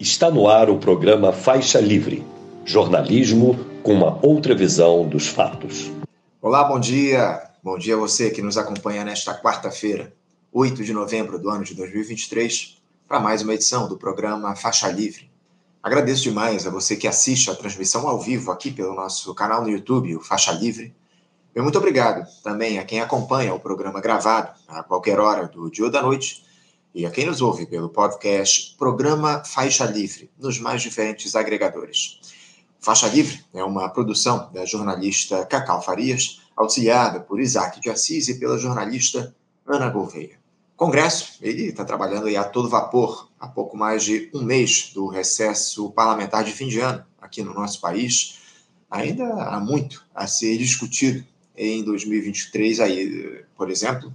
Está no ar o programa Faixa Livre, jornalismo com uma outra visão dos fatos. Olá, bom dia. Bom dia a você que nos acompanha nesta quarta-feira, 8 de novembro do ano de 2023, para mais uma edição do programa Faixa Livre. Agradeço demais a você que assiste a transmissão ao vivo aqui pelo nosso canal no YouTube, o Faixa Livre. E muito obrigado também a quem acompanha o programa gravado a qualquer hora do dia ou da noite e a quem nos ouve pelo podcast Programa Faixa Livre, nos mais diferentes agregadores. Faixa Livre é uma produção da jornalista Cacau Farias, auxiliada por Isaac de Assis e pela jornalista Ana Gouveia. O Congresso, ele está trabalhando aí a todo vapor, há pouco mais de um mês do recesso parlamentar de fim de ano aqui no nosso país. Ainda há muito a ser discutido em 2023, aí, por exemplo,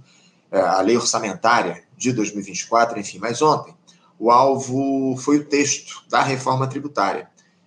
a lei orçamentária de 2024, enfim, mas ontem o alvo foi o texto da reforma tributária.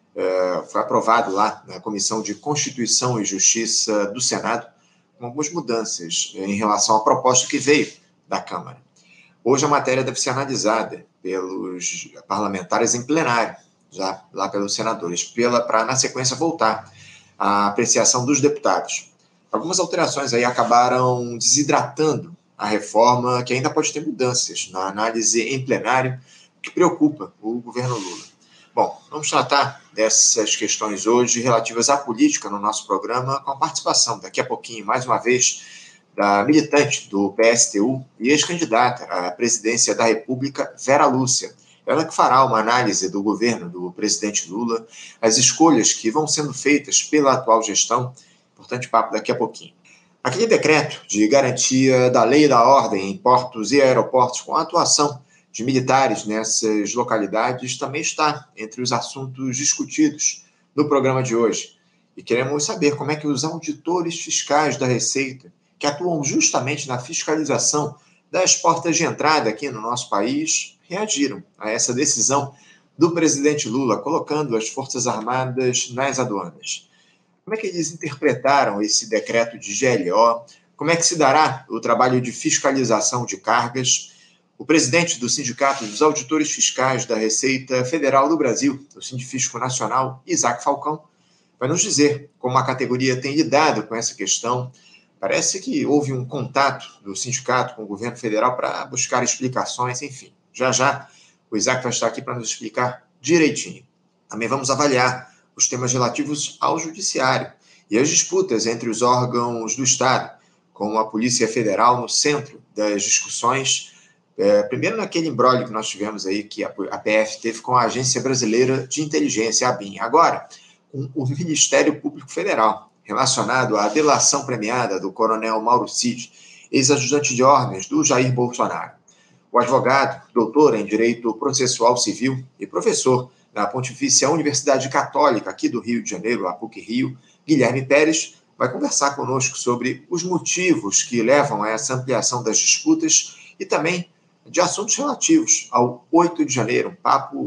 Foi aprovado lá na Comissão de Constituição e Justiça do Senado, com algumas mudanças em relação à proposta que veio da Câmara. Hoje a matéria deve ser analisada pelos parlamentares em plenário, já lá pelos senadores, para na sequência voltar à apreciação dos deputados. Algumas alterações aí acabaram desidratando a reforma, que ainda pode ter mudanças na análise em plenário, que preocupa o governo Lula. Bom, vamos tratar dessas questões hoje relativas à política no nosso programa, com a participação, daqui a pouquinho, mais uma vez, da militante do PSTU e ex-candidata à presidência da República, Vera Lúcia. Ela que fará uma análise do governo do presidente Lula, as escolhas que vão sendo feitas pela atual gestão. Importante papo daqui a pouquinho. Aquele decreto de garantia da lei e da ordem em portos e aeroportos com a atuação de militares nessas localidades também está entre os assuntos discutidos no programa de hoje. E queremos saber como é que os auditores fiscais da Receita, que atuam justamente na fiscalização das portas de entrada aqui no nosso país, reagiram a essa decisão do presidente Lula, colocando as Forças Armadas nas aduanas. Como é que eles interpretaram esse decreto de GLO? Como é que se dará o trabalho de fiscalização de cargas? O presidente do Sindicato dos Auditores Fiscais da Receita Federal do Brasil, o Sindifisco Nacional, Isaac Falcão, vai nos dizer como a categoria tem lidado com essa questão. Parece que houve um contato do sindicato com o governo federal para buscar explicações, enfim. Já o Isaac vai estar aqui para nos explicar direitinho. Também vamos avaliar os temas relativos ao judiciário e as disputas entre os órgãos do Estado, com a Polícia Federal no centro das discussões. Primeiro naquele imbróglio que nós tivemos aí, que a PF teve com a Agência Brasileira de Inteligência, a ABIN. Agora, com o Ministério Público Federal, relacionado à delação premiada do coronel Mauro Cid, ex-ajudante de ordens do Jair Bolsonaro. O advogado, doutor em Direito Processual Civil e professor na Pontifícia Universidade Católica aqui do Rio de Janeiro, a PUC-Rio, Guilherme Pérez, vai conversar conosco sobre os motivos que levam a essa ampliação das disputas e também de assuntos relativos ao 8 de janeiro,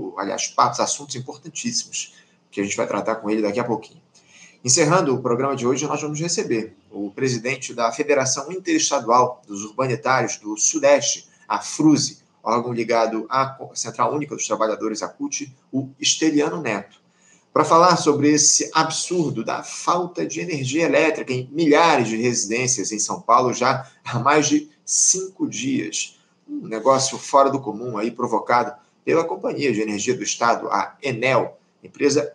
assuntos importantíssimos, que a gente vai tratar com ele daqui a pouquinho. Encerrando o programa de hoje, nós vamos receber o presidente da Federação Interestadual dos Urbanitários do Sudeste, a FRUSE, órgão ligado à Central Única dos Trabalhadores, a CUT, o Esteliano Neto, para falar sobre esse absurdo da falta de energia elétrica em milhares de residências em São Paulo já há mais de 5 dias. Um negócio fora do comum aí provocado pela Companhia de Energia do Estado, a Enel, empresa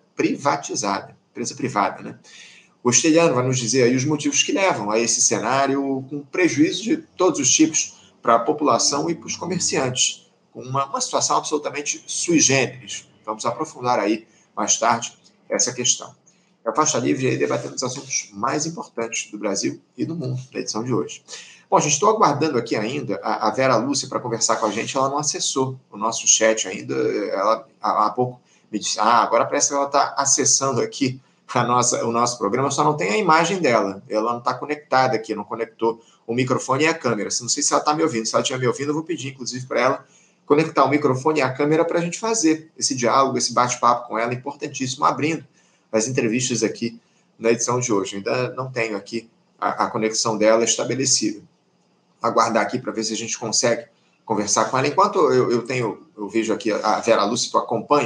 privada, né? O Esteliano vai nos dizer aí os motivos que levam a esse cenário com prejuízo de todos os tipos para a população e para os comerciantes, com uma situação absolutamente sui generis. Vamos aprofundar aí mais tarde essa questão. É a Faixa Livre aí debatendo os assuntos mais importantes do Brasil e do mundo na edição de hoje. Bom, gente, estou aguardando aqui ainda a Vera Lúcia para conversar com a gente. Ela não acessou o nosso chat ainda. Ela há pouco me disse, agora parece que ela está acessando aqui o nosso programa, só não tem a imagem dela. Ela não está conectada aqui, não conectou o microfone e a câmera. Não sei se ela está me ouvindo. Se ela estiver me ouvindo, eu vou pedir, inclusive, para ela conectar o microfone e a câmera para a gente fazer esse diálogo, esse bate-papo com ela, importantíssimo, abrindo as entrevistas aqui na edição de hoje. Ainda não tenho aqui a conexão dela estabelecida. Aguardar aqui para ver se a gente consegue conversar com ela. Enquanto eu vejo aqui a Vera Lúcia, que eu acompanho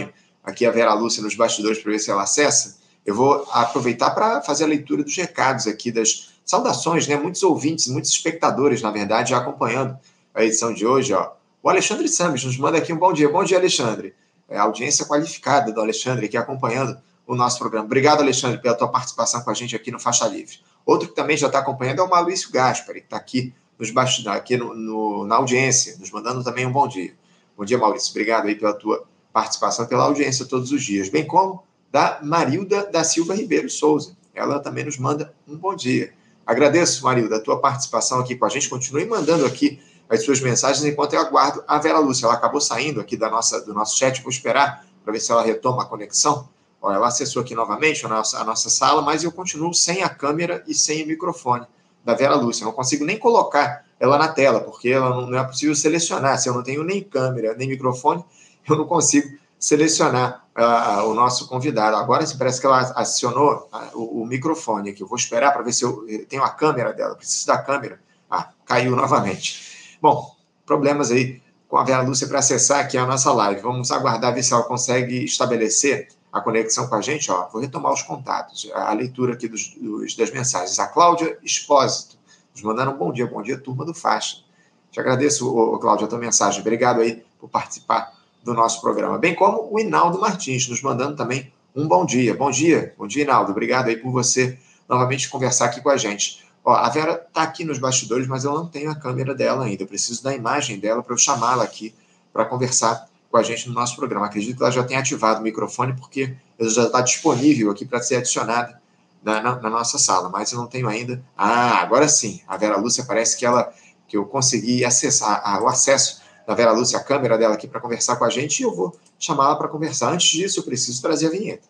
aqui a Vera Lúcia nos bastidores para ver se ela acessa. Eu vou aproveitar para fazer a leitura dos recados aqui, das saudações, né? Muitos ouvintes, muitos espectadores, na verdade, já acompanhando a edição de hoje. Ó. O Alexandre Sames nos manda aqui um bom dia. Bom dia, Alexandre. A audiência qualificada do Alexandre aqui acompanhando o nosso programa. Obrigado, Alexandre, pela tua participação com a gente aqui no Faixa Livre. Outro que também já está acompanhando é o Maurício Gaspari, que está aqui nos bastidores, aqui na audiência, nos mandando também um bom dia. Bom dia, Maurício. Obrigado aí pela tua participação, pela audiência todos os dias. Bem como da Marilda da Silva Ribeiro Souza. Ela também nos manda um bom dia. Agradeço, Marilda, a tua participação aqui com a gente. Continue mandando aqui as suas mensagens enquanto eu aguardo a Vera Lúcia. Ela acabou saindo aqui do nosso chat. Vou esperar para ver se ela retoma a conexão. Olha, ela acessou aqui novamente a nossa sala, mas eu continuo sem a câmera e sem o microfone da Vera Lúcia. Eu não consigo nem colocar ela na tela, porque ela não é possível selecionar. Se eu não tenho nem câmera, nem microfone, eu não consigo selecionar o nosso convidado. Agora parece que ela acionou o microfone aqui. Eu vou esperar para ver se eu tenho a câmera dela. Preciso da câmera. Caiu novamente. Bom, problemas aí com a Vera Lúcia para acessar aqui a nossa live. Vamos aguardar ver se ela consegue estabelecer a conexão com a gente. Ó, vou retomar os contatos, a leitura aqui das mensagens. A Cláudia Espósito nos mandando um bom dia, turma do Faixa. Te agradeço, Cláudia, a tua mensagem. Obrigado aí por participar do nosso programa. Bem como o Inaldo Martins, nos mandando também um bom dia. Bom dia, Inaldo. Obrigado aí por você novamente conversar aqui com a gente. Ó, a Vera está aqui nos bastidores, mas eu não tenho a câmera dela ainda. Eu preciso da imagem dela para eu chamá-la aqui para conversar com a gente no nosso programa. Acredito que ela já tenha ativado o microfone, porque ela já está disponível aqui para ser adicionada na nossa sala, mas eu não tenho ainda. Agora sim, a Vera Lúcia parece que eu consegui acessar o acesso da Vera Lúcia, a câmera dela aqui para conversar com a gente, e eu vou chamá-la para conversar. Antes disso, eu preciso trazer a vinheta.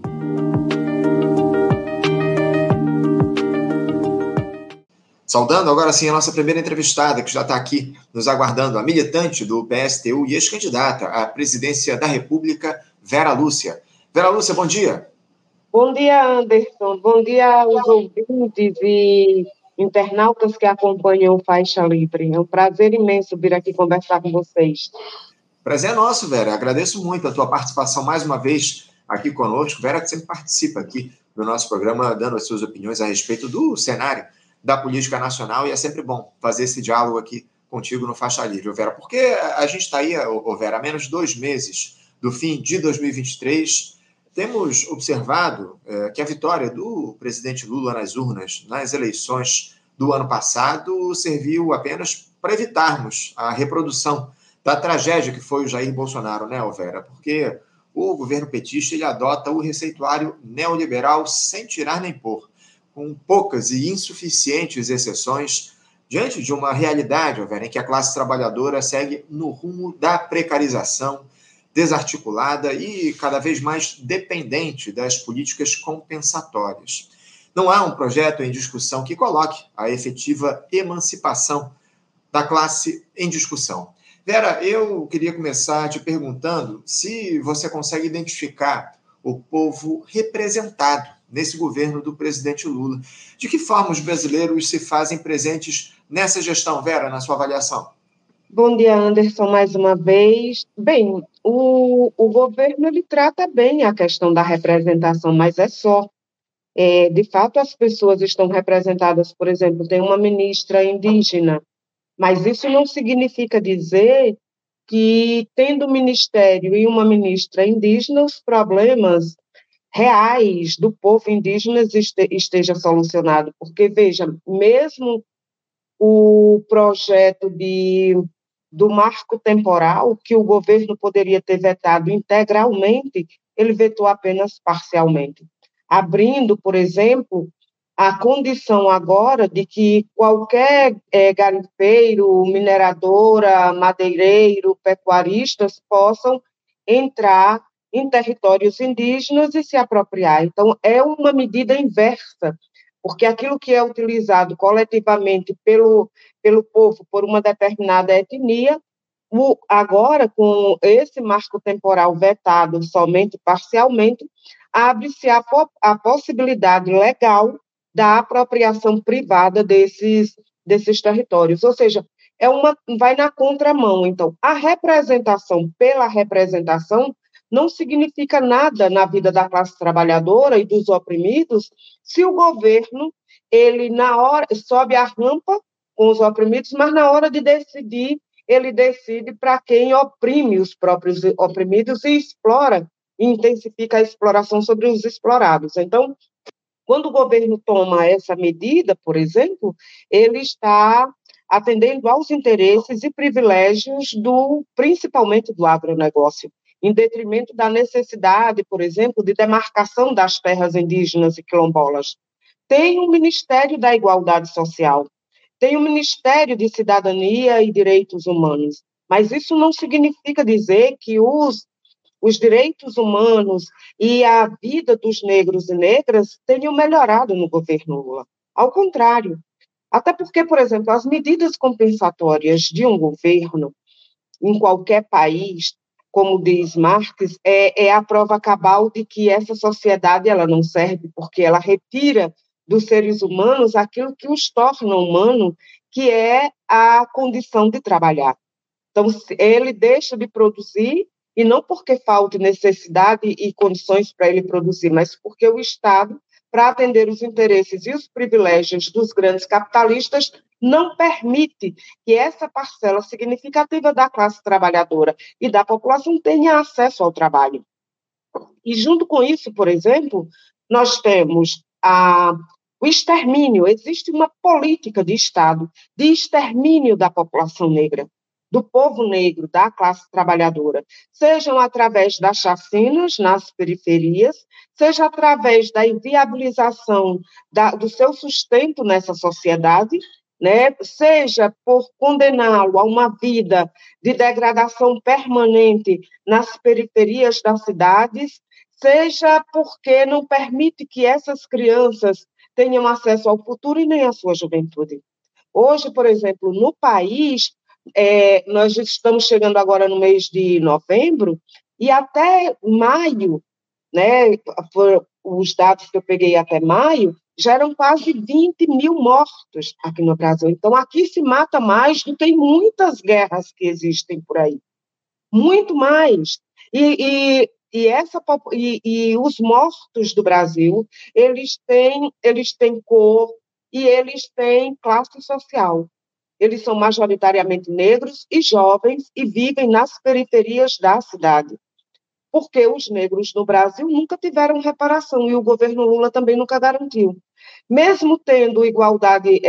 Saudando agora sim a nossa primeira entrevistada, que já está aqui nos aguardando, a militante do PSTU e ex-candidata à presidência da República, Vera Lúcia. Vera Lúcia, bom dia. Bom dia, Anderson. Bom dia aos ouvintes e internautas que acompanham o Faixa Livre. É um prazer imenso vir aqui conversar com vocês. Prazer é nosso, Vera. Agradeço muito a tua participação mais uma vez aqui conosco. Vera, que sempre participa aqui do nosso programa, dando as suas opiniões a respeito do cenário da política nacional, e é sempre bom fazer esse diálogo aqui contigo no Faixa Livre, Vera, porque a gente está aí, Vera, há menos de 2 meses do fim de 2023, temos observado que a vitória do presidente Lula nas urnas, nas eleições do ano passado, serviu apenas para evitarmos a reprodução da tragédia que foi o Jair Bolsonaro, né, Vera? Porque o governo petista ele adota o receituário neoliberal sem tirar nem pôr, com poucas e insuficientes exceções, diante de uma realidade, Vera, em que a classe trabalhadora segue no rumo da precarização, desarticulada e cada vez mais dependente das políticas compensatórias. Não há um projeto em discussão que coloque a efetiva emancipação da classe em discussão. Vera, eu queria começar te perguntando se você consegue identificar o povo representado nesse governo do presidente Lula. De que forma os brasileiros se fazem presentes nessa gestão, Vera, na sua avaliação? Bom dia, Anderson, mais uma vez. Bem, o governo ele trata bem a questão da representação, mas é só. De fato, as pessoas estão representadas, por exemplo, tem uma ministra indígena, mas isso não significa dizer que, tendo um ministério e uma ministra indígena, os problemas reais do povo indígena esteja solucionado, porque, veja, mesmo o projeto do marco temporal, que o governo poderia ter vetado integralmente, ele vetou apenas parcialmente, abrindo, por exemplo, a condição agora de que qualquer garimpeiro, mineradora, madeireiro, pecuaristas possam entrar em territórios indígenas e se apropriar. Então, é uma medida inversa, porque aquilo que é utilizado coletivamente pelo povo, por uma determinada etnia, agora, com esse marco temporal vetado somente parcialmente, abre-se a possibilidade legal da apropriação privada desses territórios. Ou seja, vai na contramão. Então, a representação pela representação não significa nada na vida da classe trabalhadora e dos oprimidos se o governo, ele na hora sobe a rampa com os oprimidos, mas na hora de decidir, ele decide para quem oprime os próprios oprimidos e explora, e intensifica a exploração sobre os explorados. Então, quando o governo toma essa medida, por exemplo, ele está atendendo aos interesses e privilégios principalmente do agronegócio, em detrimento da necessidade, por exemplo, de demarcação das terras indígenas e quilombolas. Tem o Ministério da Igualdade Social, tem o Ministério de Cidadania e Direitos Humanos, mas isso não significa dizer que os direitos humanos e a vida dos negros e negras tenham melhorado no governo Lula. Ao contrário. Até porque, por exemplo, as medidas compensatórias de um governo, em qualquer país, como diz Marx, é a prova cabal de que essa sociedade ela não serve, porque ela retira dos seres humanos aquilo que os torna humanos, que é a condição de trabalhar. Então, ele deixa de produzir, e não porque falte necessidade e condições para ele produzir, mas porque o Estado, para atender os interesses e os privilégios dos grandes capitalistas, não permite que essa parcela significativa da classe trabalhadora e da população tenha acesso ao trabalho. E, junto com isso, por exemplo, nós temos o extermínio. Existe uma política de Estado de extermínio da população negra, do povo negro, da classe trabalhadora, sejam através das chacinas nas periferias, seja através da inviabilização do seu sustento nessa sociedade, né? Seja por condená-lo a uma vida de degradação permanente nas periferias das cidades, seja porque não permite que essas crianças tenham acesso ao futuro e nem à sua juventude. Hoje, por exemplo, no país, nós estamos chegando agora no mês de novembro, e até maio, né, os dados que eu peguei até maio, já eram quase 20 mil mortos aqui no Brasil. Então, aqui se mata mais do que em muitas guerras que existem por aí. Muito mais. E os mortos do Brasil, eles têm cor e eles têm classe social. Eles são majoritariamente negros e jovens e vivem nas periferias da cidade. Porque os negros no Brasil nunca tiveram reparação e o governo Lula também nunca garantiu. Mesmo tendo igualdade,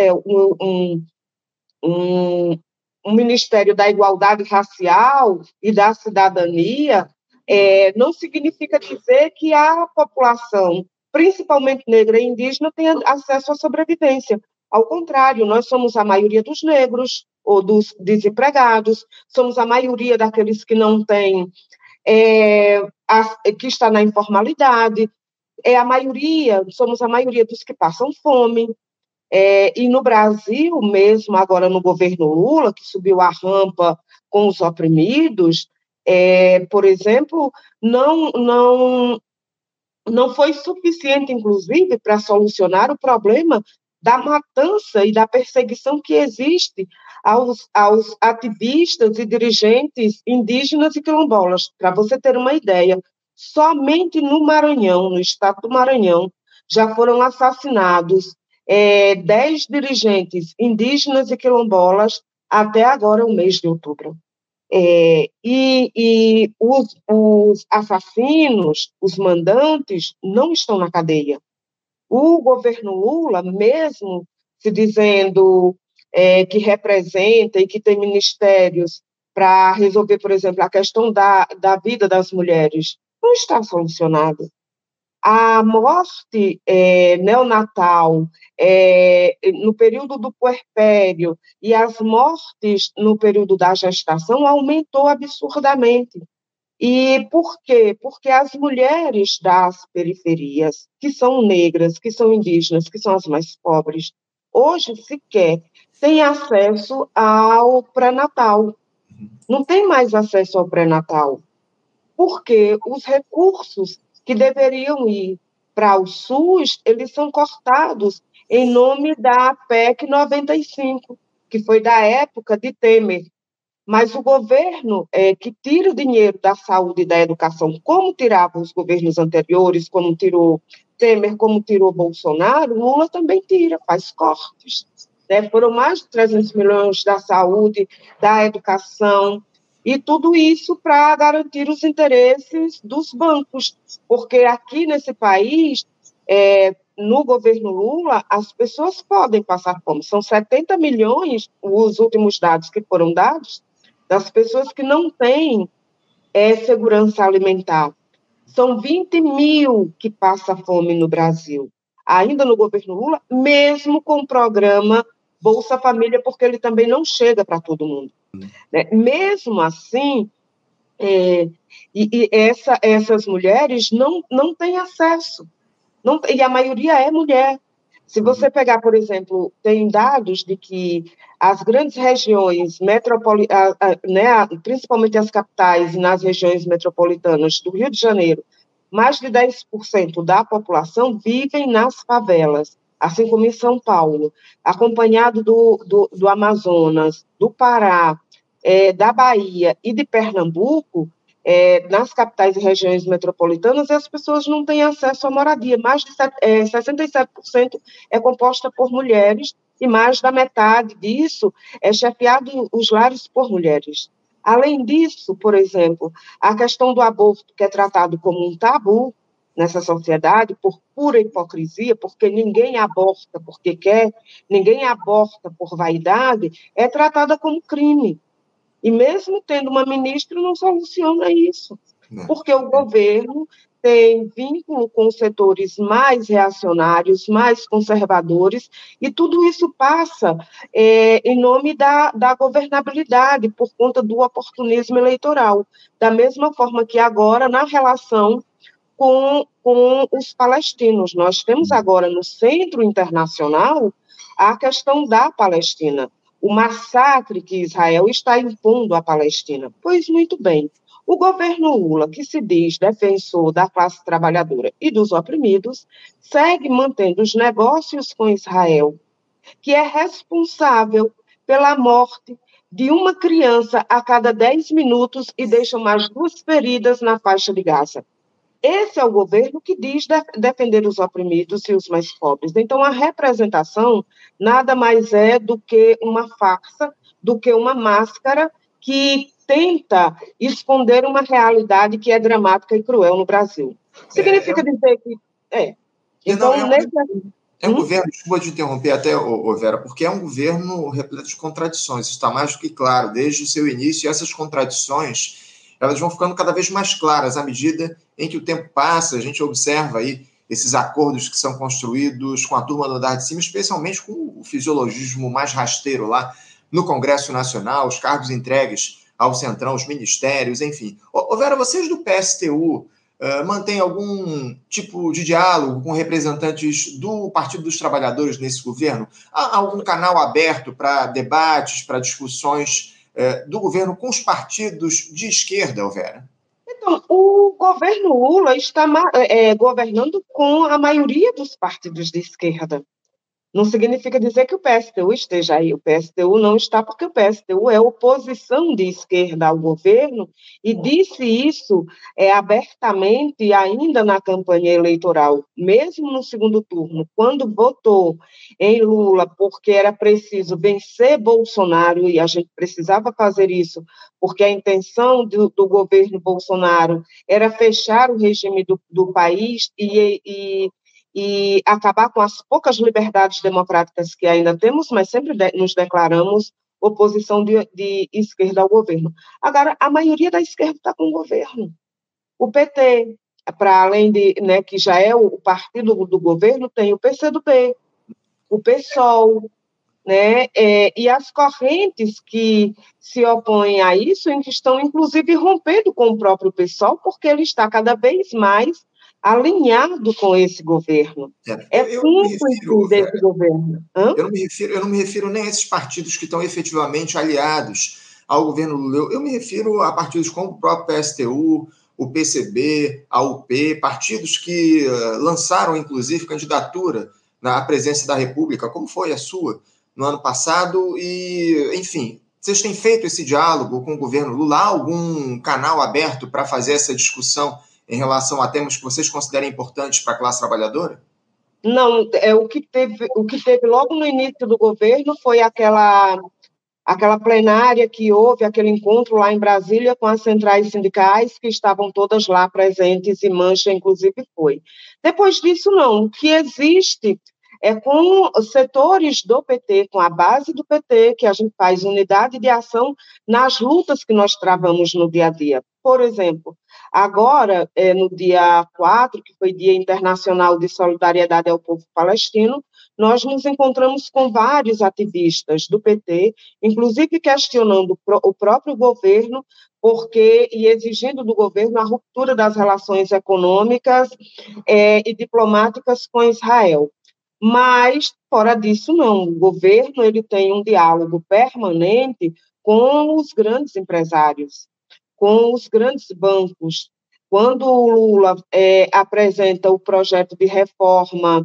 um Ministério da Igualdade Racial e da Cidadania, não significa dizer que a população, principalmente negra e indígena, tenha acesso à sobrevivência. Ao contrário, nós somos a maioria dos negros ou dos desempregados, somos a maioria daqueles que não têm, que está na informalidade, somos a maioria dos que passam fome. E no Brasil, mesmo agora no governo Lula, que subiu a rampa com os oprimidos, por exemplo, não foi suficiente, inclusive, para solucionar o problema da matança e da perseguição que existe aos ativistas e dirigentes indígenas e quilombolas. Para você ter uma ideia, somente no Maranhão, no estado do Maranhão, já foram assassinados 10 dirigentes indígenas e quilombolas até agora, o mês de outubro. E os assassinos, os mandantes, não estão na cadeia. O governo Lula, mesmo se dizendo que representa e que tem ministérios para resolver, por exemplo, a questão da vida das mulheres, não está solucionado. A morte neonatal no período do puerpério e as mortes no período da gestação aumentou absurdamente. E por quê? Porque as mulheres das periferias, que são negras, que são indígenas, que são as mais pobres, hoje sequer têm acesso ao pré-natal. Não tem mais acesso ao pré-natal, porque os recursos que deveriam ir para o SUS, eles são cortados em nome da PEC 95, que foi da época de Temer. mas o governo que tira o dinheiro da saúde e da educação, como tiravam os governos anteriores, como tirou Temer, como tirou Bolsonaro, Lula também tira, faz cortes. Né? Foram mais de 300 milhões da saúde, da educação, e tudo isso para garantir os interesses dos bancos, porque aqui nesse país, no governo Lula, as pessoas podem passar fome. São 70 milhões, os últimos dados que foram dados, das pessoas que não têm segurança alimentar. São 20 mil que passam fome no Brasil, ainda no governo Lula, mesmo com o programa Bolsa Família, porque ele também não chega para todo mundo. Né? Mesmo assim, essas mulheres não têm acesso, e a maioria é mulher. Se você pegar, por exemplo, tem dados de que as grandes regiões metropolitanas, né, principalmente as capitais e nas regiões metropolitanas do Rio de Janeiro, mais de 10% da população vivem nas favelas, assim como em São Paulo, acompanhado do Amazonas, do Pará, da Bahia e de Pernambuco. Nas capitais e regiões metropolitanas, as pessoas não têm acesso à moradia. Mais de 67% é composta por mulheres e mais da metade disso é chefiado os lares por mulheres. Além disso, por exemplo, a questão do aborto, que é tratado como um tabu nessa sociedade, por pura hipocrisia, porque ninguém aborta porque quer, ninguém aborta por vaidade, é tratada como crime. E mesmo tendo uma ministra, não soluciona isso, porque o governo tem vínculo com os setores mais reacionários, mais conservadores, e tudo isso passa em nome da governabilidade, por conta do oportunismo eleitoral, da mesma forma que agora, na relação com os palestinos. Nós temos agora no Centro Internacional a questão da Palestina, o massacre que Israel está impondo à Palestina. Pois muito bem, o governo Lula, que se diz defensor da classe trabalhadora e dos oprimidos, segue mantendo os negócios com Israel, que é responsável pela morte de uma criança a cada 10 minutos e deixa mais 2 feridas na faixa de Gaza. Esse é o governo que diz defender os oprimidos e os mais pobres. Então, a representação nada mais é do que uma farsa, do que uma máscara que tenta esconder uma realidade que é dramática e cruel no Brasil. Significa dizer que... Então, É um governo, desculpa te interromper até, Vera, porque é um governo repleto de contradições. Isso está mais do que claro desde o seu início, e essas contradições elas vão ficando cada vez mais claras à medida em que o tempo passa. A gente observa aí esses acordos que são construídos com a turma do andar de cima, especialmente com o fisiologismo mais rasteiro lá no Congresso Nacional, os cargos entregues ao Centrão, os ministérios, enfim. Vera, vocês do PSTU mantêm algum tipo de diálogo com representantes do Partido dos Trabalhadores nesse governo? Há algum canal aberto para debates, para discussões do governo com os partidos de esquerda, Vera? Então, o governo Lula está governando com a maioria dos partidos de esquerda. Não significa dizer que o PSTU esteja aí. O PSTU não está, porque o PSTU é oposição de esquerda ao governo e disse isso abertamente ainda na campanha eleitoral, mesmo no segundo turno, quando votou em Lula, porque era preciso vencer Bolsonaro e a gente precisava fazer isso, porque a intenção do governo Bolsonaro era fechar o regime do país e acabar com as poucas liberdades democráticas que ainda temos, mas sempre nos declaramos oposição de esquerda ao governo. Agora, a maioria da esquerda está com o governo. O PT, para além de, né, que já é o partido do governo, tem o PCdoB, o PSOL, né, e as correntes que se opõem a isso estão, inclusive, rompendo com o próprio PSOL, porque ele está cada vez mais alinhado com esse governo. Cúmplice desse governo. Eu não me refiro nem a esses partidos que estão efetivamente aliados ao governo Lula. Eu me refiro a partidos como o próprio PSTU, o PCB, a UP, partidos que lançaram, inclusive, candidatura na presidência da República, como foi a sua no ano passado, e, enfim, Vocês têm feito esse diálogo com o governo Lula? Há algum canal aberto para fazer essa discussão em relação a temas que vocês consideram importantes para a classe trabalhadora? Não, o que teve logo no início do governo foi aquela plenária que houve, aquele encontro lá em Brasília com as centrais sindicais, que estavam todas lá presentes, e Mancha, inclusive, foi. Depois disso, não. O que existe é com os setores do PT, com a base do PT, que a gente faz unidade de ação nas lutas que nós travamos no dia a dia. Por exemplo, agora, no dia 4, que foi Dia Internacional de Solidariedade ao Povo Palestino, nós nos encontramos com vários ativistas do PT, inclusive questionando o próprio governo, e exigindo do governo a ruptura das relações econômicas e diplomáticas com Israel. Mas, fora disso, não. O governo ele tem um diálogo permanente com os grandes empresários, com os grandes bancos. Quando o Lula apresenta o projeto de reforma,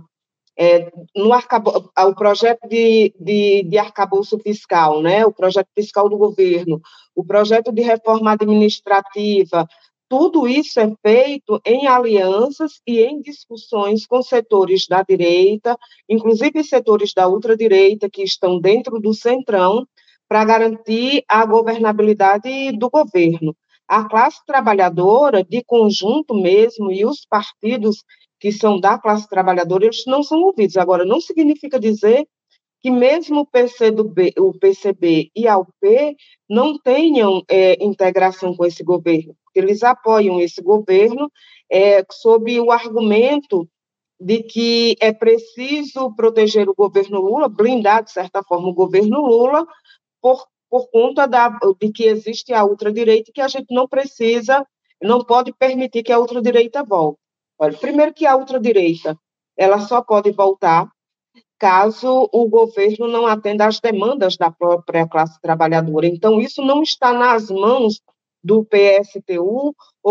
o projeto de arcabouço fiscal, né? O projeto fiscal do governo, o projeto de reforma administrativa, tudo isso é feito em alianças e em discussões com setores da direita, inclusive setores da ultradireita, que estão dentro do centrão, para garantir a governabilidade do governo. A classe trabalhadora, de conjunto mesmo, e os partidos que são da classe trabalhadora, eles não são ouvidos. Agora, não significa dizer que mesmo o PCB e a UP não tenham integração com esse governo, porque eles apoiam esse governo sob o argumento de que é preciso proteger o governo Lula, blindar, de certa forma, o governo Lula, por conta de que existe a ultradireita, que a gente não pode permitir que a ultradireita volte. Olha, primeiro que a ultradireita, ela só pode voltar caso o governo não atenda às demandas da própria classe trabalhadora. Então, isso não está nas mãos do PSTU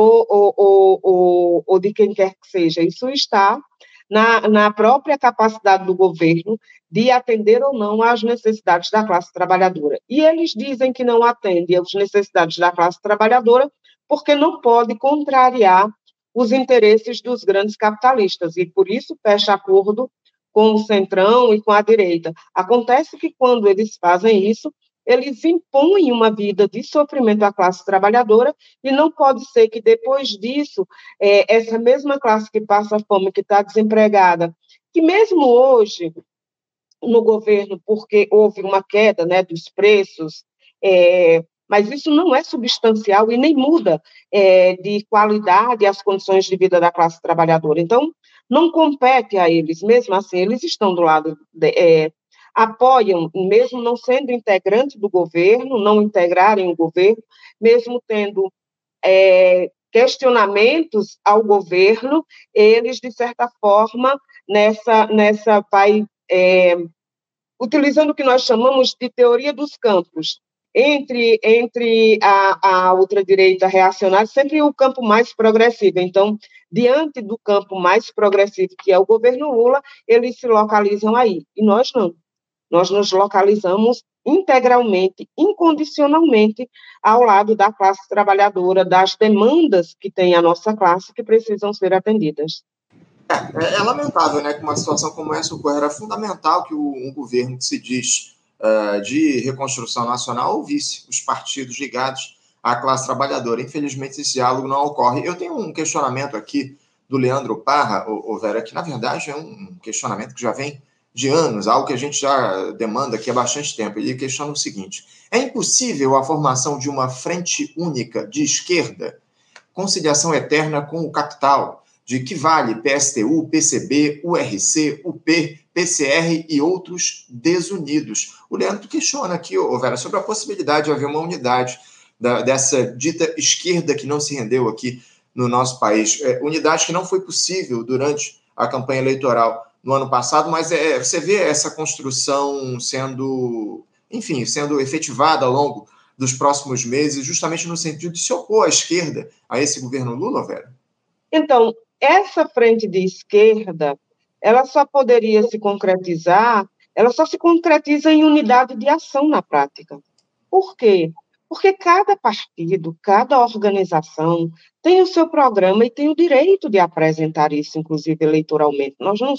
ou de quem quer que seja. Isso está na própria capacidade do governo de atender ou não às necessidades da classe trabalhadora. E eles dizem que não atende às necessidades da classe trabalhadora porque não pode contrariar os interesses dos grandes capitalistas, e por isso fecha acordo com o centrão e com a direita. Acontece que quando eles fazem isso, eles impõem uma vida de sofrimento à classe trabalhadora, e não pode ser que depois disso, essa mesma classe que passa fome, que está desempregada, que mesmo hoje, no governo, porque houve uma queda, né, dos preços, mas isso não é substancial e nem muda de qualidade as condições de vida da classe trabalhadora. Então, não compete a eles, mesmo assim, eles estão do lado, apoiam, mesmo não sendo integrantes do governo, não integrarem o governo, mesmo tendo questionamentos ao governo, eles, de certa forma, utilizando o que nós chamamos de teoria dos campos, entre a ultradireita reacionária, sempre o campo mais progressivo. Então, diante do campo mais progressivo, que é o governo Lula, eles se localizam aí. E nós não. Nós nos localizamos integralmente, incondicionalmente, ao lado da classe trabalhadora, das demandas que tem a nossa classe, que precisam ser atendidas. É lamentável, né, que uma situação como essa ocorra. Era fundamental que um governo que se diz de reconstrução nacional ouvisse os partidos ligados à classe trabalhadora. Infelizmente, esse diálogo não ocorre. Eu tenho um questionamento aqui do Leandro Parra, Vera, que na verdade é um questionamento que já vem de anos, algo que a gente já demanda aqui há bastante tempo. Ele questiona o seguinte: é impossível a formação de uma frente única de esquerda, conciliação eterna com o capital, de que vale PSTU, PCB, URC, UP, PCR e outros desunidos? O Leandro questiona aqui, Vera, sobre a possibilidade de haver uma unidade dessa dita esquerda que não se rendeu aqui no nosso país. Unidade que não foi possível durante a campanha eleitoral no ano passado, mas você vê essa construção sendo efetivada ao longo dos próximos meses, justamente no sentido de se opor à esquerda, a esse governo Lula, Vera? Então, essa frente de esquerda, ela só poderia se concretizar, ela só se concretiza em unidade de ação na prática. Por quê? Porque cada partido, cada organização tem o seu programa e tem o direito de apresentar isso, inclusive eleitoralmente.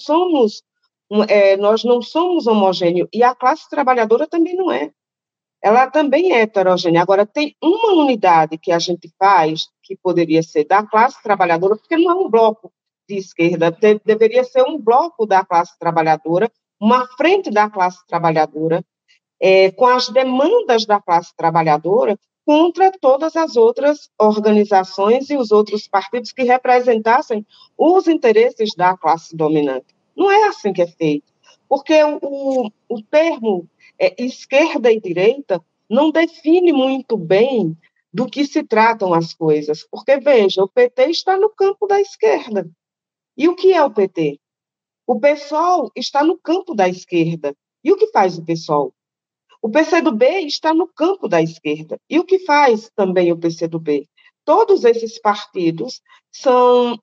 Nós não somos homogêneos e a classe trabalhadora também não é. Ela também é heterogênea. Agora, tem uma unidade que a gente faz, que poderia ser da classe trabalhadora, porque não é um bloco de esquerda, deveria ser um bloco da classe trabalhadora, uma frente da classe trabalhadora, com as demandas da classe trabalhadora contra todas as outras organizações e os outros partidos que representassem os interesses da classe dominante. Não é assim que é feito, porque o termo esquerda e direita não define muito bem do que se tratam as coisas, porque, veja, o PT está no campo da esquerda. E o que é o PT? O PSOL está no campo da esquerda. E o que faz o PSOL? O PCdoB está no campo da esquerda. E o que faz também o PCdoB? Todos esses partidos são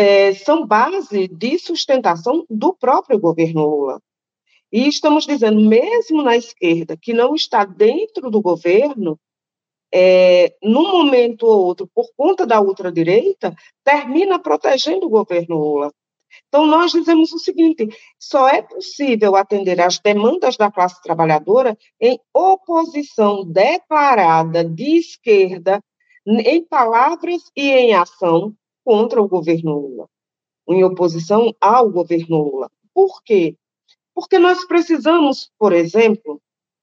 base de sustentação do próprio governo Lula. E estamos dizendo, mesmo na esquerda, que não está dentro do governo, num momento ou outro, por conta da ultradireita, termina protegendo o governo Lula. Então, nós dizemos o seguinte: só é possível atender às demandas da classe trabalhadora em oposição declarada de esquerda, em palavras e em ação, contra o governo Lula, em oposição ao governo Lula. Por quê? Porque nós precisamos, por exemplo,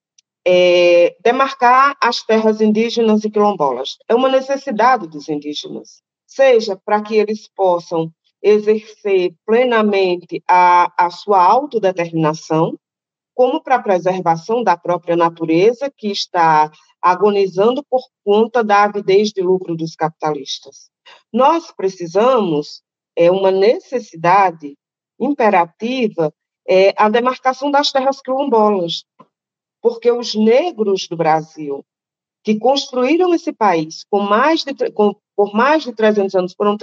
demarcar as terras indígenas e quilombolas. É uma necessidade dos indígenas, seja para que eles possam exercer plenamente a sua autodeterminação, como para a preservação da própria natureza, que está agonizando por conta da avidez de lucro dos capitalistas. Nós precisamos, uma necessidade imperativa, a demarcação das terras quilombolas, porque os negros do Brasil, que construíram esse país por mais de 300 anos, foram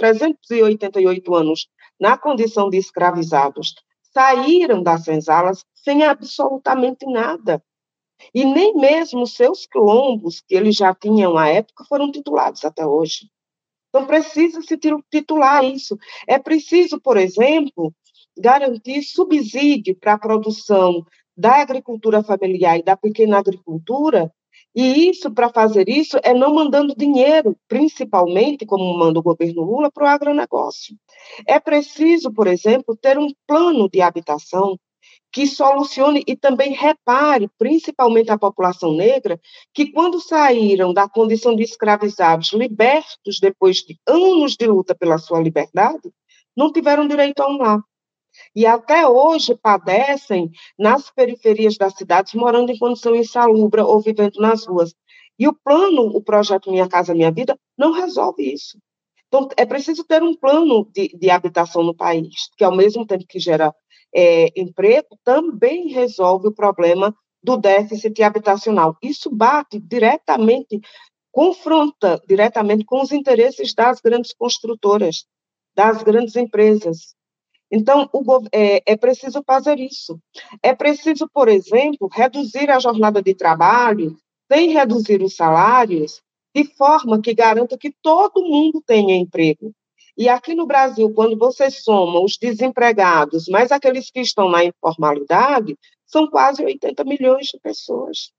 388 anos na condição de escravizados, saíram das senzalas sem absolutamente nada. E nem mesmo seus quilombos, que eles já tinham à época, foram titulados até hoje. Então, precisa se titular isso. É preciso, por exemplo, garantir subsídio para a produção da agricultura familiar e da pequena agricultura, e isso, para fazer isso, é não mandando dinheiro, principalmente, como manda o governo Lula, para o agronegócio. É preciso, por exemplo, ter um plano de habitação que solucione e também repare, principalmente a população negra, que quando saíram da condição de escravizados, libertos depois de anos de luta pela sua liberdade, não tiveram direito a um lar. E até hoje padecem nas periferias das cidades, morando em condição insalubre ou vivendo nas ruas. E o projeto Minha Casa Minha Vida, não resolve isso. Então, é preciso ter um plano de habitação no país, que, ao mesmo tempo que gera emprego, também resolve o problema do déficit habitacional. Isso bate diretamente, confronta diretamente com os interesses das grandes construtoras, das grandes empresas. Então, é preciso fazer isso. É preciso, por exemplo, reduzir a jornada de trabalho, sem reduzir os salários, de forma que garanta que todo mundo tenha emprego. E aqui no Brasil, quando você soma os desempregados, mais aqueles que estão na informalidade, são quase 80 milhões de pessoas.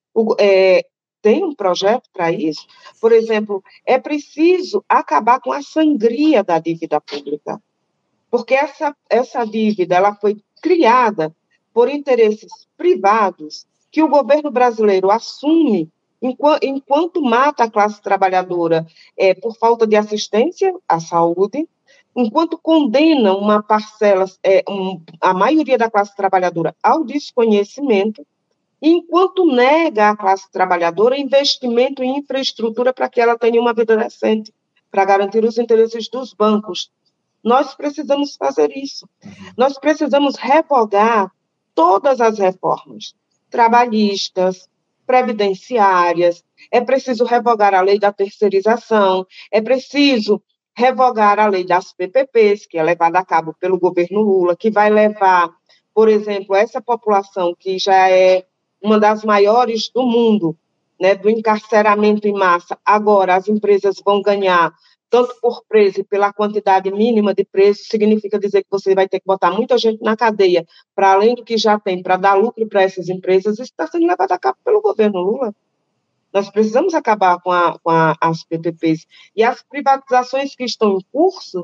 Tem um projeto para isso? Por exemplo, é preciso acabar com a sangria da dívida pública, porque essa dívida ela foi criada por interesses privados que o governo brasileiro assume enquanto mata a classe trabalhadora por falta de assistência à saúde, enquanto condena uma parcela, a maioria da classe trabalhadora ao desconhecimento, e enquanto nega à classe trabalhadora investimento em infraestrutura para que ela tenha uma vida decente, para garantir os interesses dos bancos. Nós precisamos fazer isso. Nós precisamos revogar todas as reformas trabalhistas, previdenciárias, é preciso revogar a lei da terceirização, é preciso revogar a lei das PPPs, que é levada a cabo pelo governo Lula, que vai levar, por exemplo, essa população que já é uma das maiores do mundo né, do encarceramento em massa, agora as empresas vão ganhar tanto por preso e pela quantidade mínima de preso, significa dizer que você vai ter que botar muita gente na cadeia, para além do que já tem, para dar lucro para essas empresas. Isso está sendo levado a cabo pelo governo Lula. Nós precisamos acabar com as PPPs. E as privatizações que estão em curso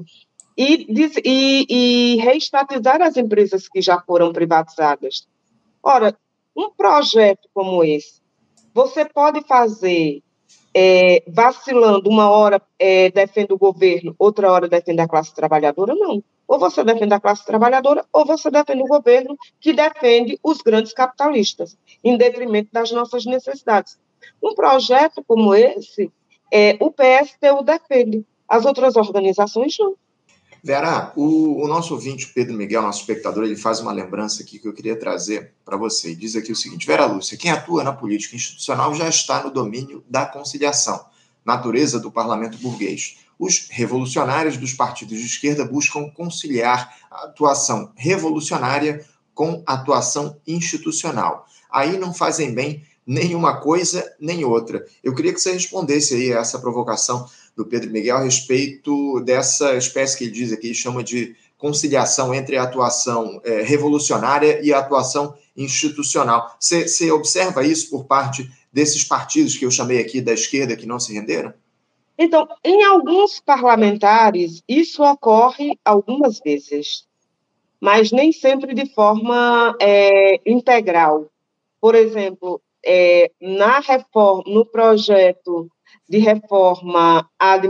e reestatizar as empresas que já foram privatizadas. Ora, um projeto como esse, você pode fazer vacilando, uma hora defende o governo, outra hora defende a classe trabalhadora? Não. Ou você defende a classe trabalhadora, ou você defende o governo que defende os grandes capitalistas, em detrimento das nossas necessidades. Um projeto como esse, o PSTU defende, as outras organizações não. Vera, o nosso ouvinte, Pedro Miguel, nosso espectador, ele faz uma lembrança aqui que eu queria trazer para você. Ele diz aqui o seguinte: Vera Lúcia, quem atua na política institucional já está no domínio da conciliação, natureza do parlamento burguês. Os revolucionários dos partidos de esquerda buscam conciliar a atuação revolucionária com a atuação institucional. Aí não fazem bem nenhuma coisa nem outra. Eu queria que você respondesse aí a essa provocação do Pedro Miguel a respeito dessa espécie que ele diz aqui, chama de conciliação entre a atuação revolucionária e a atuação institucional. Você observa isso por parte desses partidos que eu chamei aqui da esquerda que não se renderam? Então, em alguns parlamentares, isso ocorre algumas vezes, mas nem sempre de forma integral. Por exemplo, na reforma, no projeto de reforma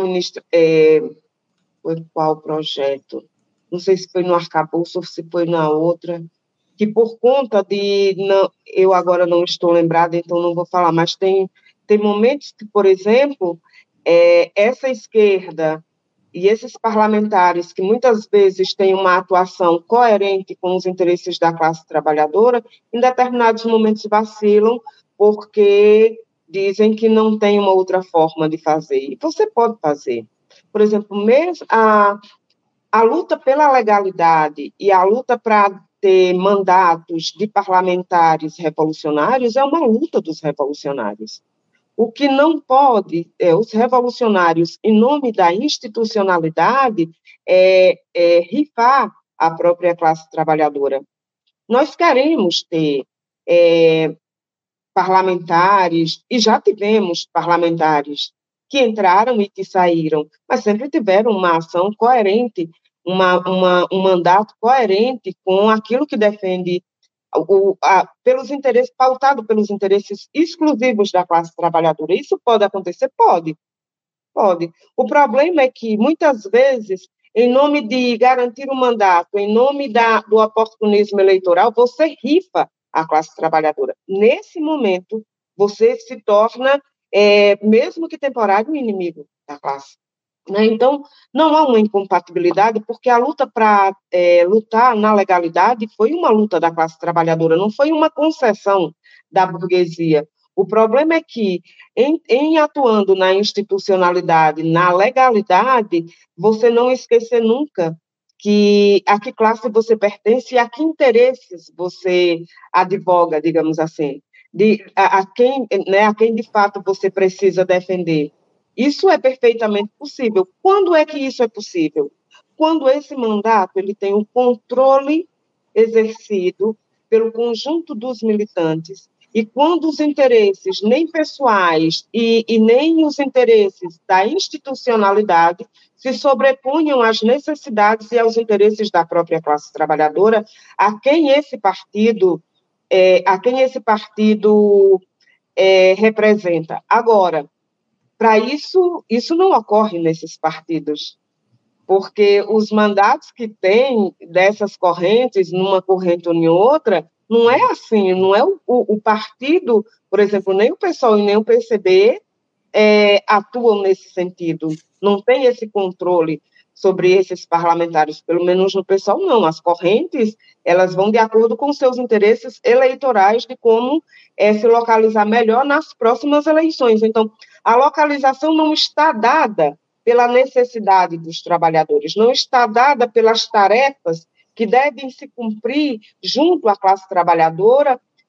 foi qual projeto? Não sei se foi no arcabouço ou se foi na outra, que por conta eu agora não estou lembrada, então não vou falar, mas tem momentos que, por exemplo, essa esquerda e esses parlamentares que muitas vezes têm uma atuação coerente com os interesses da classe trabalhadora, em determinados momentos vacilam porque dizem que não tem uma outra forma de fazer. E você pode fazer. Por exemplo, mesmo a luta pela legalidade e a luta para ter mandatos de parlamentares revolucionários é uma luta dos revolucionários. O que não pode, os revolucionários, em nome da institucionalidade, rifar a própria classe trabalhadora. Nós queremos ter parlamentares, e já tivemos parlamentares que entraram e que saíram, mas sempre tiveram uma ação coerente, um mandato coerente com aquilo que defende pelos interesses, pautado pelos interesses exclusivos da classe trabalhadora. Isso pode acontecer? Pode. O problema é que, muitas vezes, em nome de garantir o mandato, em nome do oportunismo eleitoral, você rifa a classe trabalhadora. Nesse momento, você se torna, mesmo que temporário, inimigo da classe. Então, não há uma incompatibilidade, porque a luta para lutar na legalidade foi uma luta da classe trabalhadora, não foi uma concessão da burguesia. O problema é que, em atuando na institucionalidade, na legalidade, você não esquecer nunca a que classe você pertence e a que interesses você advoga, digamos assim, a quem de fato você precisa defender. Isso é perfeitamente possível. Quando é que isso é possível? Quando esse mandato ele tem um controle exercido pelo conjunto dos militantes e quando os interesses nem pessoais e nem os interesses da institucionalidade se sobrepunham às necessidades e aos interesses da própria classe trabalhadora, a quem esse partido representa. Agora, para isso não ocorre nesses partidos, porque os mandatos que tem dessas correntes, numa corrente ou em outra, não é assim, não é o partido, por exemplo, nem o PSOL e nem o PCB atuam nesse sentido, não tem esse controle sobre esses parlamentares, pelo menos no PSOL não, as correntes, elas vão de acordo com seus interesses eleitorais de como se localizar melhor nas próximas eleições. Então, a localização não está dada pela necessidade dos trabalhadores, não está dada pelas tarefas que devem se cumprir junto à classe trabalhadora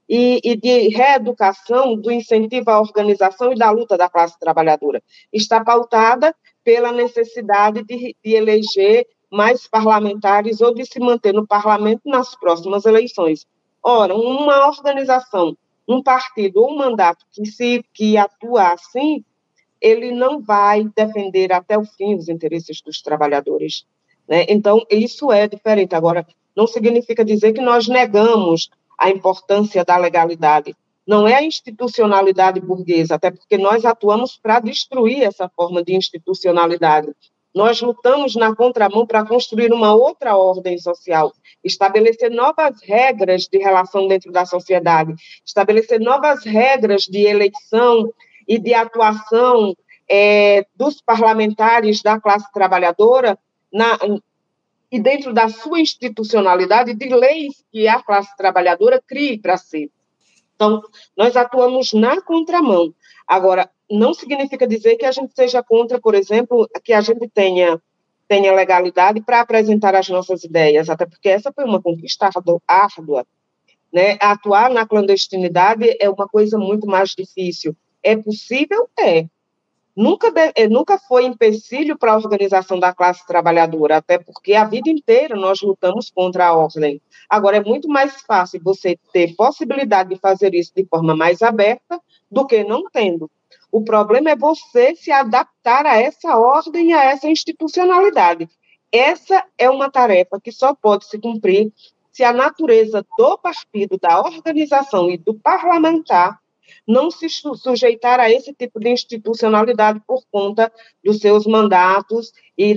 e de reeducação, do incentivo à organização e da luta da classe trabalhadora. Está pautada pela necessidade de eleger mais parlamentares ou de se manter no parlamento nas próximas eleições. Ora, uma organização, um partido ou um mandato que atua assim, ele não vai defender até o fim os interesses dos trabalhadores, né? Então, isso é diferente. Agora, não significa dizer que nós negamos a importância da legalidade. Não é a institucionalidade burguesa, até porque nós atuamos para destruir essa forma de institucionalidade. Nós lutamos na contramão para construir uma outra ordem social, estabelecer novas regras de relação dentro da sociedade, estabelecer novas regras de eleição e de atuação dos parlamentares da classe trabalhadora e dentro da sua institucionalidade de leis que a classe trabalhadora crie para si. Então, nós atuamos na contramão. Agora, não significa dizer que a gente seja contra, por exemplo, que a gente tenha legalidade para apresentar as nossas ideias, até porque essa foi uma conquista árdua, né? Atuar na clandestinidade é uma coisa muito mais difícil. É possível? É. Nunca foi empecilho para a organização da classe trabalhadora, até porque a vida inteira nós lutamos contra a ordem. Agora, é muito mais fácil você ter possibilidade de fazer isso de forma mais aberta do que não tendo. O problema é você se adaptar a essa ordem, a essa institucionalidade. Essa é uma tarefa que só pode se cumprir se a natureza do partido, da organização e do parlamentar não se sujeitar a esse tipo de institucionalidade por conta dos seus mandatos e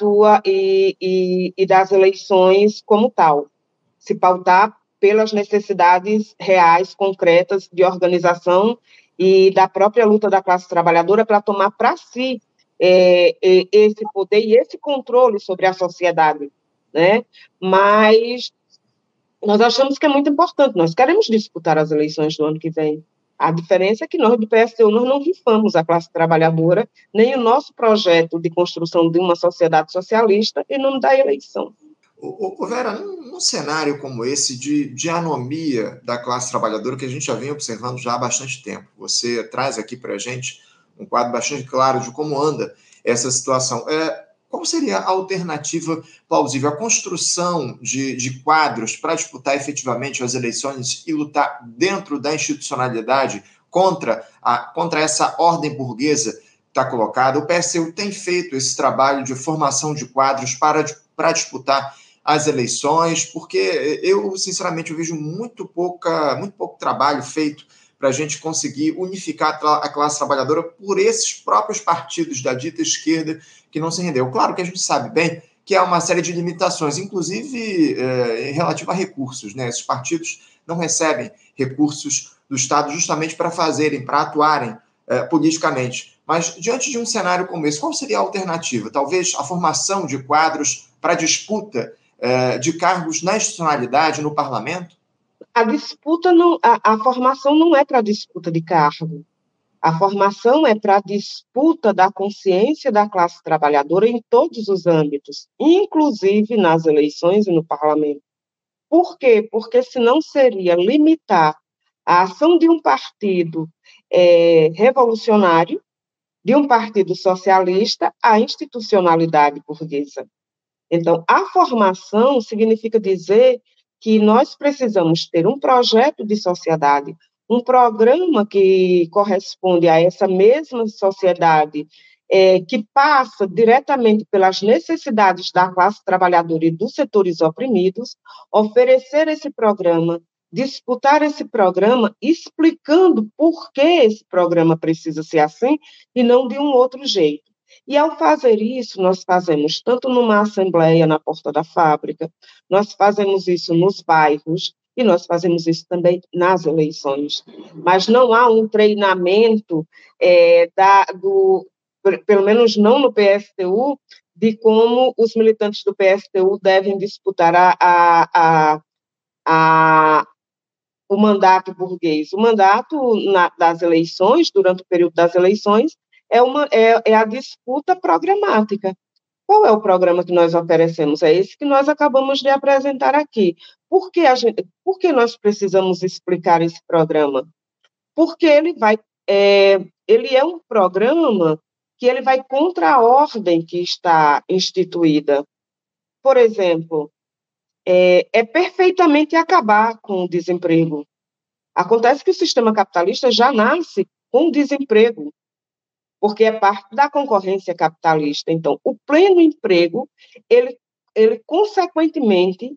das eleições como tal. Se pautar pelas necessidades reais, concretas de organização e da própria luta da classe trabalhadora para tomar para si esse poder e esse controle sobre a sociedade, né? Mas nós achamos que é muito importante, nós queremos disputar as eleições do ano que vem. A diferença é que nós, do PSTU, nós não rifamos a classe trabalhadora, nem o nosso projeto de construção de uma sociedade socialista em nome da eleição. Vera, num cenário como esse de anomia da classe trabalhadora, que a gente já vem observando já há bastante tempo, você traz aqui para a gente um quadro bastante claro de como anda essa situação. Qual seria a alternativa plausível? A construção de quadros para disputar efetivamente as eleições e lutar dentro da institucionalidade contra essa ordem burguesa que está colocada? O PSTU tem feito esse trabalho de formação de quadros para disputar as eleições, porque eu, sinceramente, eu vejo muito pouco trabalho feito para a gente conseguir unificar a classe trabalhadora por esses próprios partidos da dita esquerda que não se rendeu. Claro que a gente sabe bem que há uma série de limitações, inclusive relativo a recursos, né? Esses partidos não recebem recursos do Estado justamente para atuarem politicamente. Mas, diante de um cenário como esse, qual seria a alternativa? Talvez a formação de quadros para disputa de cargos na institucionalidade, no parlamento? A disputa a formação não é para disputa de cargo. A formação é para disputa da consciência da classe trabalhadora em todos os âmbitos, inclusive nas eleições e no parlamento. Por quê? Porque senão seria limitar a ação de um partido revolucionário, de um partido socialista, à institucionalidade burguesa. Então, a formação significa dizer que nós precisamos ter um projeto de sociedade, um programa que corresponde a essa mesma sociedade, que passa diretamente pelas necessidades da classe trabalhadora e dos setores oprimidos, oferecer esse programa, disputar esse programa, explicando por que esse programa precisa ser assim e não de um outro jeito. E, ao fazer isso, nós fazemos tanto numa assembleia na porta da fábrica, nós fazemos isso nos bairros e nós fazemos isso também nas eleições. Mas não há um treinamento, pelo menos não no PSTU, de como os militantes do PSTU devem disputar o mandato burguês. O mandato das eleições, durante o período das eleições, é a disputa programática. Qual é o programa que nós oferecemos? É esse que nós acabamos de apresentar aqui. Por que nós precisamos explicar esse programa? Porque ele é um programa que ele vai contra a ordem que está instituída. Por exemplo, é perfeitamente acabar com o desemprego. Acontece que o sistema capitalista já nasce com desemprego, porque é parte da concorrência capitalista. Então, o pleno emprego, ele consequentemente,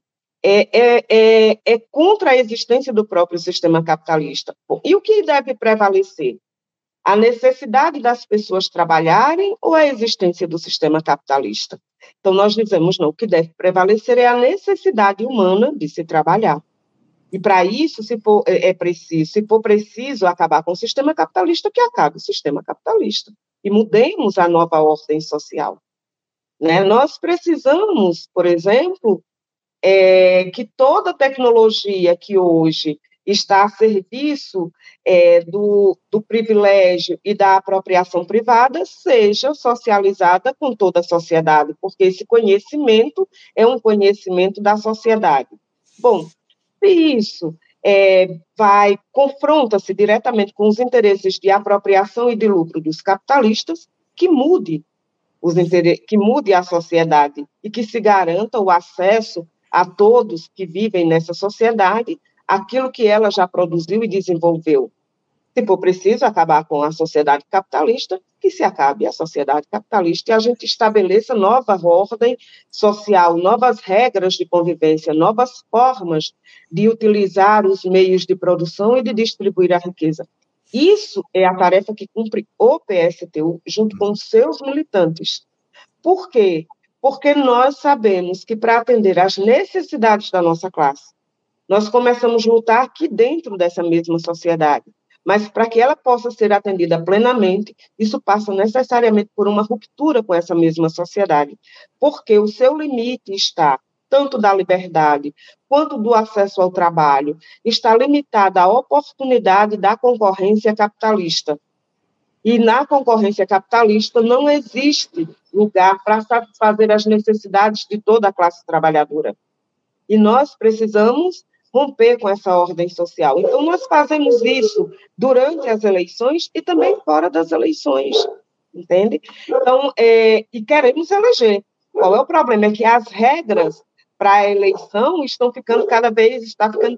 é contra a existência do próprio sistema capitalista. Bom, e o que deve prevalecer? A necessidade das pessoas trabalharem ou a existência do sistema capitalista? Então, nós dizemos, não, o que deve prevalecer é a necessidade humana de se trabalhar. E, para isso, se for preciso acabar com o sistema capitalista, que acabe o sistema capitalista. E mudemos a nova ordem social. Né? Nós precisamos, por exemplo, que toda tecnologia que hoje está a serviço do privilégio e da apropriação privada seja socializada com toda a sociedade, porque esse conhecimento é um conhecimento da sociedade. Bom, se isso confronta-se diretamente com os interesses de apropriação e de lucro dos capitalistas, que mude a sociedade e que se garanta o acesso a todos que vivem nessa sociedade aquilo que ela já produziu e desenvolveu. Se for preciso acabar com a sociedade capitalista, que se acabe a sociedade capitalista e a gente estabeleça nova ordem social, novas regras de convivência, novas formas de utilizar os meios de produção e de distribuir a riqueza. Isso é a tarefa que cumpre o PSTU junto com os seus militantes. Por quê? Porque nós sabemos que para atender às necessidades da nossa classe, nós começamos a lutar aqui dentro dessa mesma sociedade. Mas para que ela possa ser atendida plenamente, isso passa necessariamente por uma ruptura com essa mesma sociedade, porque o seu limite está, tanto da liberdade quanto do acesso ao trabalho, está limitado à oportunidade da concorrência capitalista. E na concorrência capitalista não existe lugar para satisfazer as necessidades de toda a classe trabalhadora. E nós precisamos romper com essa ordem social. Então, nós fazemos isso durante as eleições e também fora das eleições, entende? Então, e queremos eleger. Qual é o problema? É que as regras para a eleição estão ficando cada vez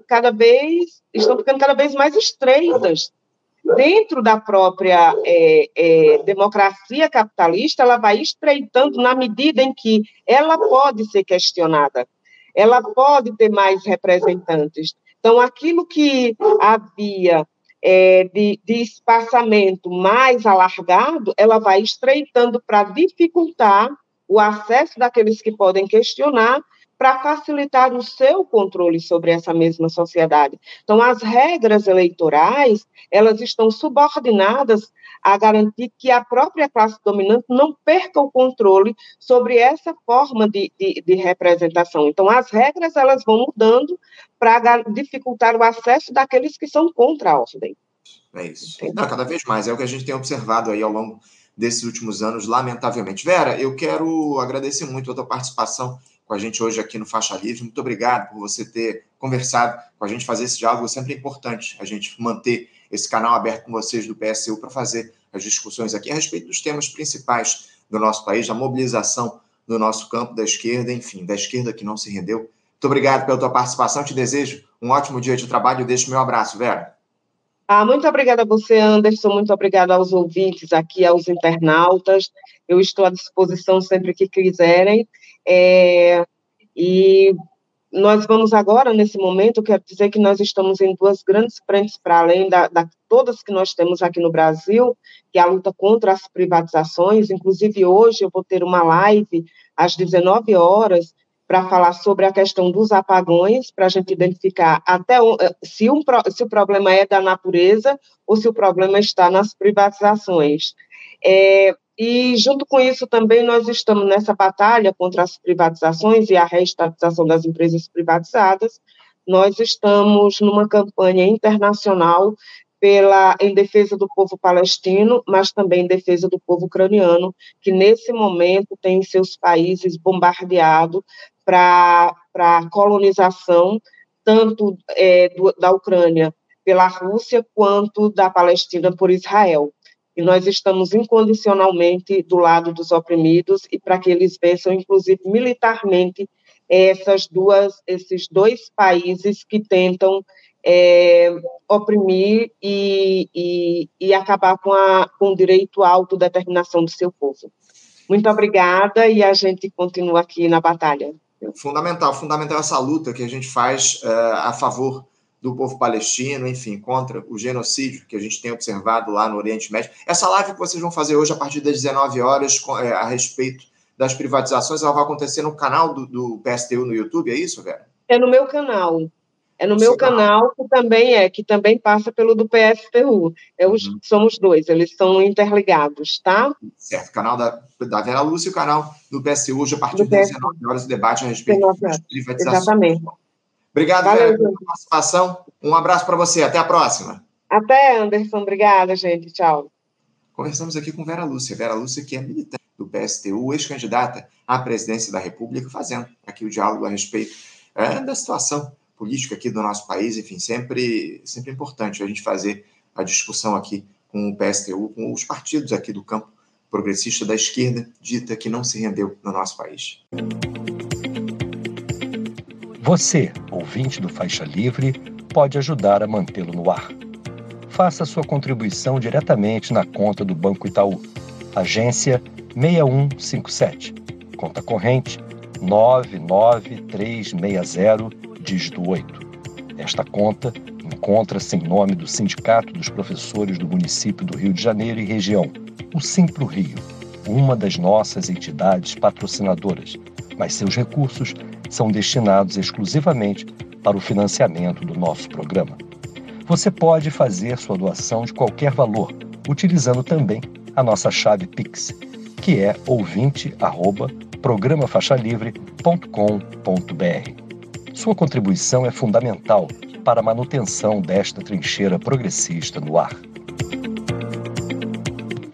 mais estreitas. Dentro da própria democracia capitalista, ela vai estreitando na medida em que ela pode ser questionada. Ela pode ter mais representantes. Então, aquilo que havia de espaçamento mais alargado, ela vai estreitando para dificultar o acesso daqueles que podem questionar, para facilitar o seu controle sobre essa mesma sociedade. Então, as regras eleitorais, elas estão subordinadas a garantir que a própria classe dominante não perca o controle sobre essa forma de representação. Então, as regras, elas vão mudando para dificultar o acesso daqueles que são contra a ordem. É isso. Não, cada vez mais, é o que a gente tem observado aí ao longo desses últimos anos, lamentavelmente. Vera, eu quero agradecer muito a tua participação com a gente hoje aqui no Faixa Livre. Muito obrigado por você ter conversado com a gente, fazer esse diálogo. Sempre é importante a gente manter esse canal aberto com vocês do PSU para fazer as discussões aqui a respeito dos temas principais do nosso país, da mobilização do nosso campo da esquerda, enfim, da esquerda que não se rendeu. Muito obrigado pela tua participação. Te desejo um ótimo dia de trabalho e deixo meu abraço, Vera. Muito obrigada a você, Anderson, muito obrigada aos ouvintes aqui, aos internautas. Eu estou à disposição sempre que quiserem. E nós vamos agora, nesse momento, quero dizer que nós estamos em duas grandes frentes, para além da todas que nós temos aqui no Brasil, que é a luta contra as privatizações. Inclusive, hoje eu vou ter uma live às 19 horas, para falar sobre a questão dos apagões, para a gente identificar até se o problema é da natureza ou se o problema está nas privatizações. E, junto com isso, também nós estamos nessa batalha contra as privatizações e a reestatização das empresas privatizadas. Nós estamos numa campanha internacional em defesa do povo palestino, mas também em defesa do povo ucraniano, que nesse momento tem seus países bombardeados para a colonização, tanto da Ucrânia pela Rússia, quanto da Palestina por Israel. E nós estamos incondicionalmente do lado dos oprimidos e para que eles vençam, inclusive militarmente, esses dois países que tentam oprimir e acabar com o direito à autodeterminação do seu povo. Muito obrigada e a gente continua aqui na batalha. Fundamental essa luta que a gente faz a favor do povo palestino, enfim, contra o genocídio que a gente tem observado lá no Oriente Médio. Essa live que vocês vão fazer hoje a partir das 19 horas a respeito das privatizações, ela vai acontecer no canal do PSTU no YouTube, é isso, Vera? É no meu canal. É no meu canal, que também passa pelo do PSTU. Somos dois, eles são interligados, tá? Certo, canal da Vera Lúcia e o canal do PSTU, hoje a partir das 19 horas, o debate a respeito das privatizações. Exatamente. Obrigado, Vera, pela participação. Um abraço para você, até a próxima. Até, Anderson. Obrigada, gente. Tchau. Conversamos aqui com Vera Lúcia que é militante do PSTU, ex-candidata à presidência da República, fazendo aqui o diálogo a respeito da situação política aqui do nosso país. Enfim, sempre importante a gente fazer a discussão aqui com o PSTU, com os partidos aqui do campo progressista da esquerda, dita que não se rendeu no nosso país. Você, ouvinte do Faixa Livre, pode ajudar a mantê-lo no ar. Faça sua contribuição diretamente na conta do Banco Itaú, agência 6157, conta corrente 99360, dígito 8. Esta conta encontra-se em nome do Sindicato dos Professores do Município do Rio de Janeiro e região, o Simpro Rio, uma das nossas entidades patrocinadoras, mas seus recursos são destinados exclusivamente para o financiamento do nosso programa. Você pode fazer sua doação de qualquer valor, utilizando também a nossa chave Pix, que é ouvinte@programafaixalivre.com.br. Sua contribuição é fundamental para a manutenção desta trincheira progressista no ar.